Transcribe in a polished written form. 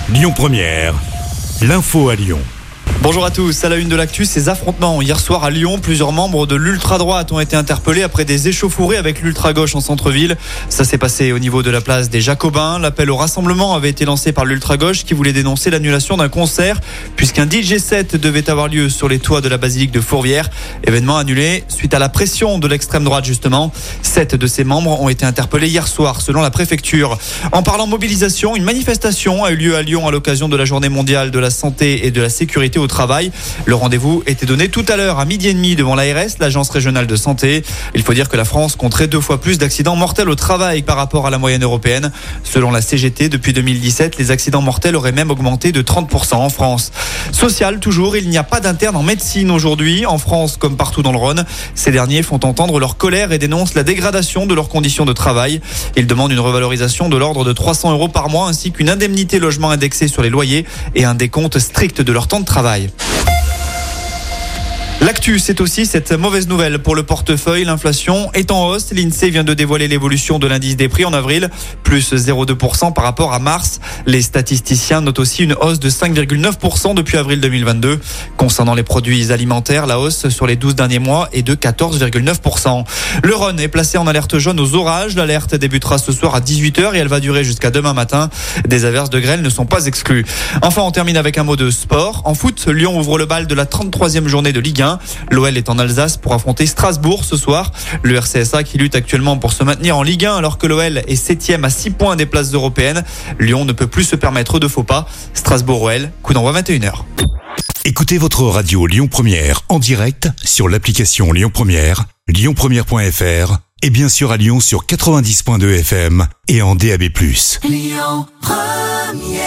Lyon Première, l'info à Lyon. Bonjour à tous, à la une de l'actu, ces affrontements. Hier soir à Lyon, plusieurs membres de l'ultra-droite ont été interpellés après des échauffourées avec l'ultra-gauche en centre-ville. Ça s'est passé au niveau de la place des Jacobins. L'appel au rassemblement avait été lancé par l'ultra-gauche qui voulait dénoncer l'annulation d'un concert puisqu'un DJ set devait avoir lieu sur les toits de la basilique de Fourvière. Événement annulé suite à la pression de l'extrême droite justement. 7 de ses membres ont été interpellés hier soir selon la préfecture. En parlant mobilisation, une manifestation a eu lieu à Lyon à l'occasion de la journée mondiale de la santé et de la sécurité au travail. Le rendez-vous était donné tout à l'heure à 12h30 devant l'ARS, l'agence régionale de santé. Il faut dire que la France compterait 2 fois plus d'accidents mortels au travail par rapport à la moyenne européenne. Selon la CGT, depuis 2017, les accidents mortels auraient même augmenté de 30% en France. Social, toujours, il n'y a pas d'interne en médecine aujourd'hui, en France comme partout dans le Rhône. Ces derniers font entendre leur colère et dénoncent la dégradation de leurs conditions de travail. Ils demandent une revalorisation de l'ordre de 300 € par mois ainsi qu'une indemnité logement indexée sur les loyers et un décompte strict de leur temps de travail. L'actu, c'est aussi cette mauvaise nouvelle pour le portefeuille. L'inflation est en hausse. L'INSEE vient de dévoiler l'évolution de l'indice des prix en avril, plus 0,2% par rapport à mars. Les statisticiens notent aussi une hausse de 5,9% depuis avril 2022. Concernant les produits alimentaires, la hausse sur les 12 derniers mois est de 14,9%. Le Rhône est placé en alerte jaune aux orages. L'alerte débutera ce soir à 18h et elle va durer jusqu'à demain matin. Des averses de grêle ne sont pas exclues. Enfin, on termine avec un mot de sport. En foot, Lyon ouvre le bal de la 33e journée de Ligue 1. L'OL est en Alsace pour affronter Strasbourg ce soir. Le RCSA qui lutte actuellement pour se maintenir en Ligue 1 alors que l'OL est 7e à 6 points des places européennes. Lyon ne peut plus se permettre de faux pas. Strasbourg-OL, coup d'envoi 21h. Écoutez votre radio Lyon Première en direct sur l'application Lyon Première, lyonpremière.fr et bien sûr à Lyon sur 90.2 FM et en DAB+. Lyon Première.